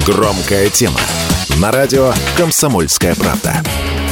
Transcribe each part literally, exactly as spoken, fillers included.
Громкая тема. На радио «Комсомольская правда».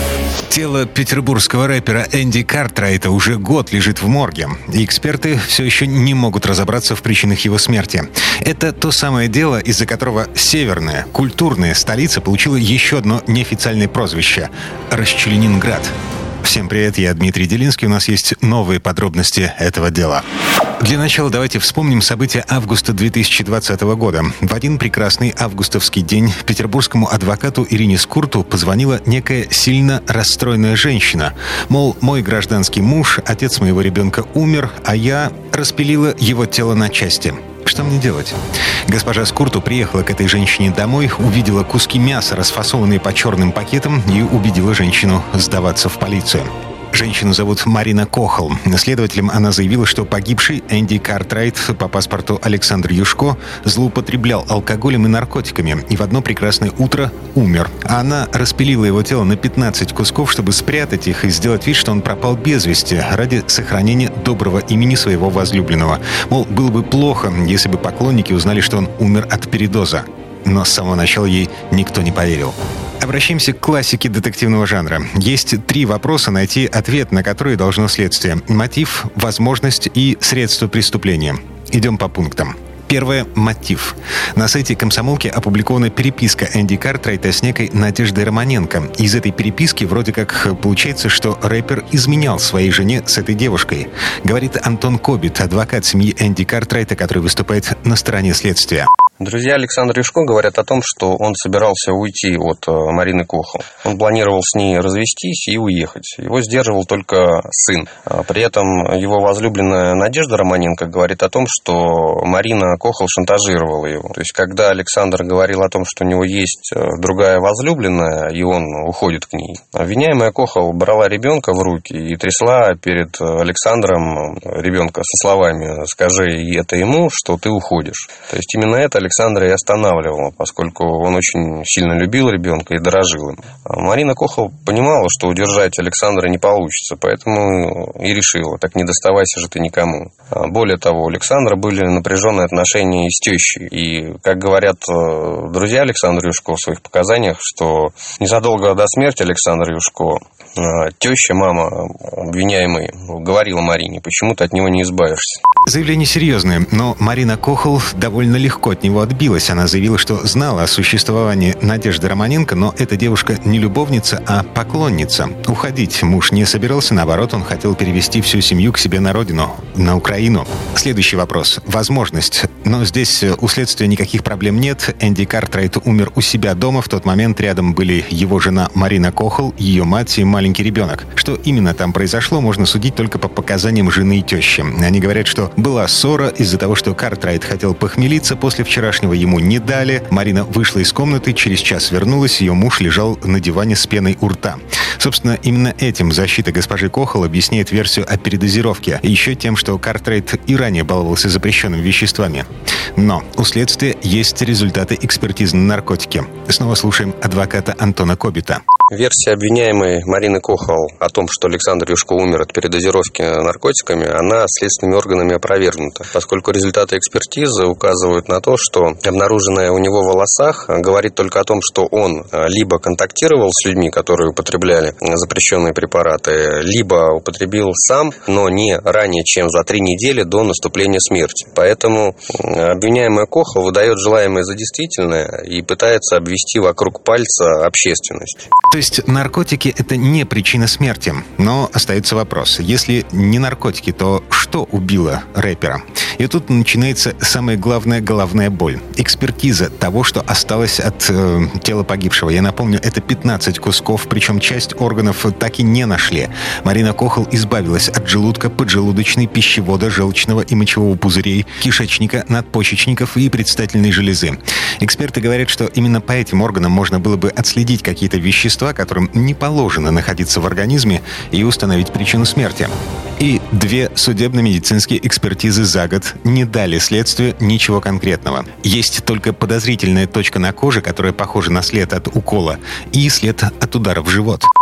Тело петербургского рэпера Энди Картрайта уже год лежит в морге, и эксперты все еще не могут разобраться в причинах его смерти. Это то самое дело, из-за которого северная, культурная столица получила еще одно неофициальное прозвище – Расчленинград. Всем привет, я Дмитрий Делинский, у нас есть новые подробности этого дела. Для начала давайте вспомним события августа две тысячи двадцатого года. В один прекрасный августовский день петербургскому адвокату Ирине Скурту позвонила некая сильно расстроенная женщина. Мол, мой гражданский муж, отец моего ребенка умер, а я распилила его тело на части. Что мне делать? Госпожа Скурту приехала к этой женщине домой, увидела куски мяса, расфасованные по черным пакетам, и убедила женщину сдаваться в полицию. Женщину зовут Марина Кохол. Следователям она заявила, что погибший Энди Картрайт по паспорту Александр Юшко злоупотреблял алкоголем и наркотиками и в одно прекрасное утро умер. А она распилила его тело на пятнадцать кусков, чтобы спрятать их и сделать вид, что он пропал без вести ради сохранения доброго имени своего возлюбленного. Мол, было бы плохо, если бы поклонники узнали, что он умер от передоза. Но с самого начала ей никто не поверил. Обращаемся к классике детективного жанра. Есть три вопроса, найти ответ на которые должно следствие. Мотив, возможность и средства преступления. Идем по пунктам. Первое – мотив. На сайте «Комсомолки» опубликована переписка Энди Картрайта с некой Надеждой Романенко. Из этой переписки вроде как получается, что рэпер изменял своей жене с этой девушкой. Говорит Антон Кобит, адвокат семьи Энди Картрайта, который выступает на стороне следствия. Друзья Александра Юшко говорят о том, что он собирался уйти от Марины Кохол. Он планировал с ней развестись и уехать. Его сдерживал только сын. При этом его возлюбленная Надежда Романенко говорит о том, что Марина Кохол шантажировала его. То есть, когда Александр говорил о том, что у него есть другая возлюбленная, и он уходит к ней, обвиняемая Кохол брала ребенка в руки и трясла перед Александром ребенка со словами: «Скажи это ему, что ты уходишь». То есть, именно это Александра и останавливала, поскольку он очень сильно любил ребенка и дорожил им. Марина Кохол понимала, что удержать Александра не получится, поэтому и решила: так не доставайся же ты никому. Более того, у Александра были напряженные отношения и с тещей. И, как говорят друзья Александра Юшко в своих показаниях, что незадолго до смерти Александра Юшко теща, мама обвиняемой, говорила Марине: почему ты от него не избавишься. Заявление серьезное, но Марина Кохол довольно легко от него отбилась. Она заявила, что знала о существовании Надежды Романенко, но эта девушка не любовница, а поклонница. Уходить муж не собирался, наоборот, он хотел перевести всю семью к себе на родину, на Украину. Следующий вопрос. Возможность. Но здесь у следствия никаких проблем нет. Энди Картрайт умер у себя дома. В тот момент рядом были его жена Марина Кохол, ее мать и маленький ребенок. Что именно там произошло, можно судить только по показаниям жены и тещи. Они говорят, что была ссора из-за того, что Картрайт хотел похмелиться, после вчерашнего ему не дали. Марина вышла из комнаты, через час вернулась, ее муж лежал на диване с пеной у рта. Собственно, именно этим защита госпожи Кохол объясняет версию о передозировке. И еще тем, что Картрайт и ранее баловался запрещенными веществами. Но у следствия есть результаты экспертизы на наркотики. Снова слушаем адвоката Антона Кобита. Версия обвиняемой Марины Кохол о том, что Александр Юшко умер от передозировки наркотиками, она следственными органами опровергнута, поскольку результаты экспертизы указывают на то, что обнаруженное у него в волосах говорит только о том, что он либо контактировал с людьми, которые употребляли запрещенные препараты, либо употребил сам, но не ранее, чем за три недели до наступления смерти. Поэтому обвиняемая Кохол выдает желаемое за действительное и пытается обвести вокруг пальца общественность. То есть наркотики – это не причина смерти. Но остается вопрос. Если не наркотики, то что убило рэпера? И тут начинается самая главная головная боль. Экспертиза того, что осталось от э, тела погибшего. Я напомню, это пятнадцать кусков, причем часть органов так и не нашли. Марина Кохол избавилась от желудка, поджелудочной, пищевода, желчного и мочевого пузырей, кишечника, надпочечников и предстательной железы. Эксперты говорят, что именно по этим органам можно было бы отследить какие-то вещества, которым не положено находиться в организме, и установить причину смерти. И две судебно-медицинские экспертизы за год не дали следствию ничего конкретного. Есть только подозрительная точка на коже, которая похожа на след от укола, и след от удара в живот.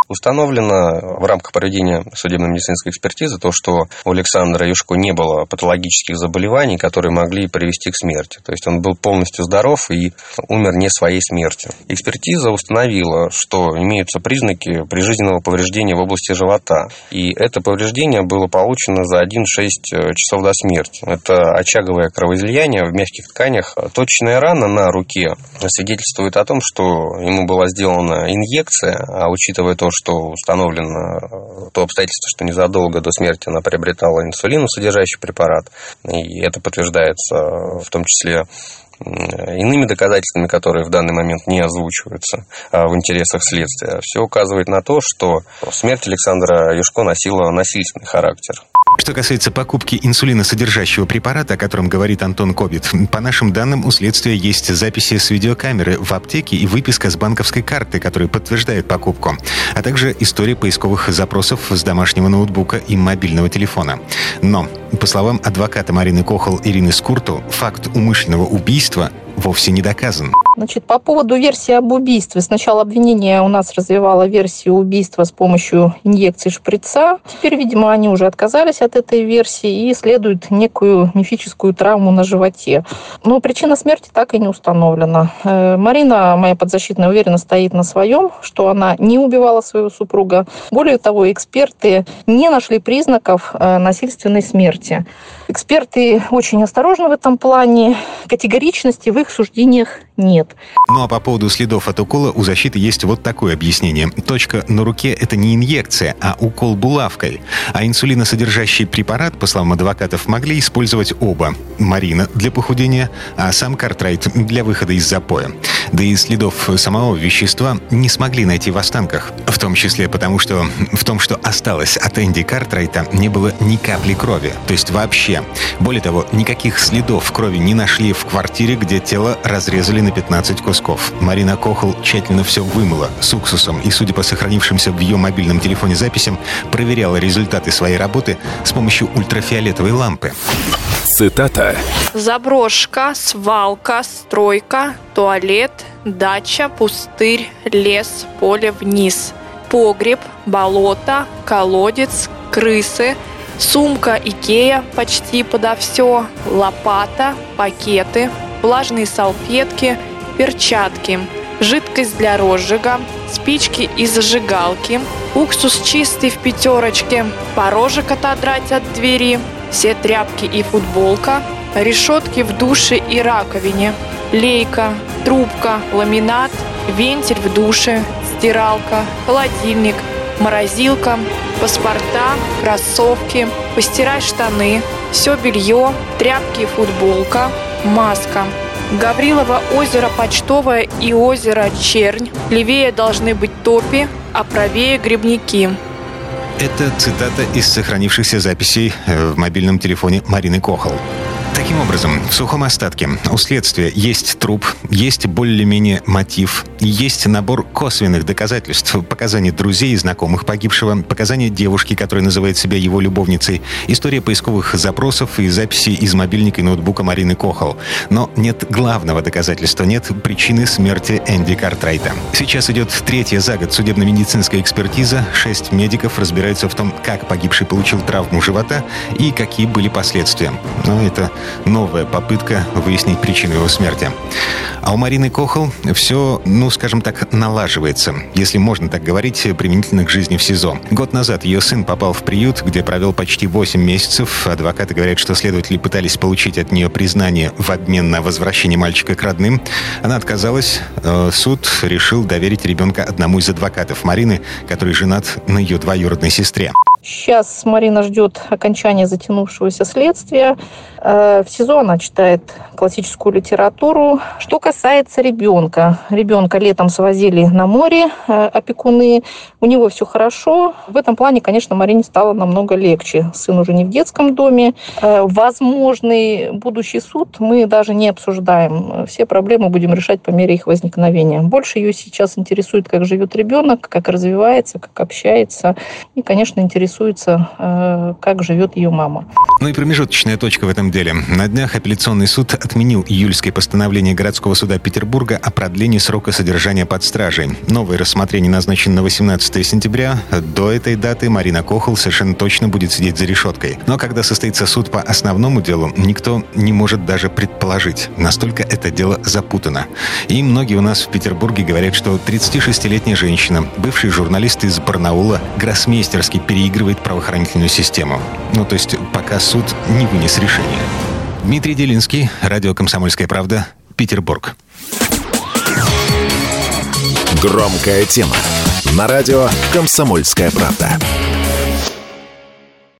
Установлено в рамках проведения судебно-медицинской экспертизы то, что у Александра Юшко не было патологических заболеваний, которые могли привести к смерти. То есть он был полностью здоров и умер не своей смертью. Экспертиза установила, что имеются признаки прижизненного повреждения в области живота. И это повреждение было получено за один-шесть часов до смерти. Это очаговое кровоизлияние в мягких тканях. Точечная рана на руке свидетельствует о том, что ему была сделана инъекция, а учитывая то, что установлено то обстоятельство, что незадолго до смерти она приобретала инсулиносодержащий препарат, и это подтверждается в том числе иными доказательствами, которые в данный момент не озвучиваются в интересах следствия, все указывает на то, что смерть Александра Юшко носила насильственный характер. Что касается покупки инсулиносодержащего препарата, о котором говорит Антон Кобит, по нашим данным, у следствия есть записи с видеокамеры в аптеке и выписка с банковской карты, которая подтверждает покупку, а также история поисковых запросов с домашнего ноутбука и мобильного телефона. Но, по словам адвоката Марины Кохол Ирины Скурту, факт умышленного убийства вовсе не доказан. Значит, по поводу версии об убийстве. Сначала обвинение у нас развивало версию убийства с помощью инъекции шприца. Теперь, видимо, они уже отказались от этой версии и исследуют некую мифическую травму на животе. Но причина смерти так и не установлена. Марина, моя подзащитная, уверенно стоит на своем, что она не убивала своего супруга. Более того, эксперты не нашли признаков насильственной смерти. Эксперты очень осторожны в этом плане. Категоричности в их суждениях нет. Ну а по поводу следов от укола у защиты есть вот такое объяснение. Точка на руке – это не инъекция, а укол булавкой. А инсулиносодержащий препарат, по словам адвокатов, могли использовать оба. Марина для похудения, а сам Картрайт для выхода из запоя. Да и следов самого вещества не смогли найти в останках. В том числе потому, что в том, что осталось от Энди Картрайта, не было ни капли крови. То есть вообще. Более того, никаких следов крови не нашли в квартире, где тело разрезали на пятнадцать кусков. Марина Кохол тщательно все вымыла с уксусом и, судя по сохранившимся в ее мобильном телефоне записям, проверяла результаты своей работы с помощью ультрафиолетовой лампы. Цитата. Заброшка, свалка, стройка, туалет, дача, пустырь, лес, поле вниз. Погреб, болото, колодец, крысы, сумка Икея почти подо все, лопата, пакеты, влажные салфетки, перчатки, жидкость для розжига, спички и зажигалки, уксус чистый в пятерочке, порожек отодрать от двери, все тряпки и футболка, решетки в душе и раковине, лейка, трубка, ламинат, вентиль в душе, стиралка, холодильник, морозилка, паспорта, кроссовки, постирать штаны, все белье, тряпки и футболка, маска. Гаврилово озеро Почтовое и озеро Чернь. Левее должны быть топи, а правее грибники. Это цитата из сохранившихся записей в мобильном телефоне Марины Кохол. Таким образом, в сухом остатке у следствия есть труп, есть более-менее мотив, есть набор косвенных доказательств, показания друзей и знакомых погибшего, показания девушки, которая называет себя его любовницей, история поисковых запросов и записи из мобильника и ноутбука Марины Кохол. Но нет главного доказательства, нет причины смерти Энди Картрайта. Сейчас идет третья за год судебно-медицинская экспертиза. Шесть медиков разбираются в том, как погибший получил травму живота и какие были последствия. Но это новая попытка выяснить причину его смерти. А у Марины Кохол все, ну, скажем так, налаживается, если можно так говорить, применительно к жизни в СИЗО. Год назад ее сын попал в приют, где провел почти восемь месяцев. Адвокаты говорят, что следователи пытались получить от нее признание в обмен на возвращение мальчика к родным. Она отказалась. Суд решил доверить ребенка одному из адвокатов Марины, который женат на ее двоюродной сестре. Сейчас Марина ждет окончания затянувшегося следствия. В СИЗО она читает классическую литературу. Что касается ребенка. Ребенка летом свозили на море опекуны. У него все хорошо. В этом плане, конечно, Марине стало намного легче. Сын уже не в детском доме. Возможный будущий суд мы даже не обсуждаем. Все проблемы будем решать по мере их возникновения. Больше ее сейчас интересует, как живет ребенок, как развивается, как общается. И, конечно, интересует интересуется, как живет ее мама. Ну и промежуточная точка в этом деле. На днях апелляционный суд отменил июльское постановление городского суда Петербурга о продлении срока содержания под стражей. Новое рассмотрение назначено на восемнадцатое сентября. До этой даты Марина Кохл совершенно точно будет сидеть за решеткой. Но когда состоится суд по основному делу, никто не может даже предположить, настолько это дело запутано. И многие у нас в Петербурге говорят, что тридцатишестилетняя женщина, бывший журналист из Барнаула, гроссмейстерски переигрывает правоохранительную систему. Ну, то есть пока суд не вынес решение. Дмитрий Делинский, радио «Комсомольская правда», Петербург. Громкая тема. На радио «Комсомольская правда».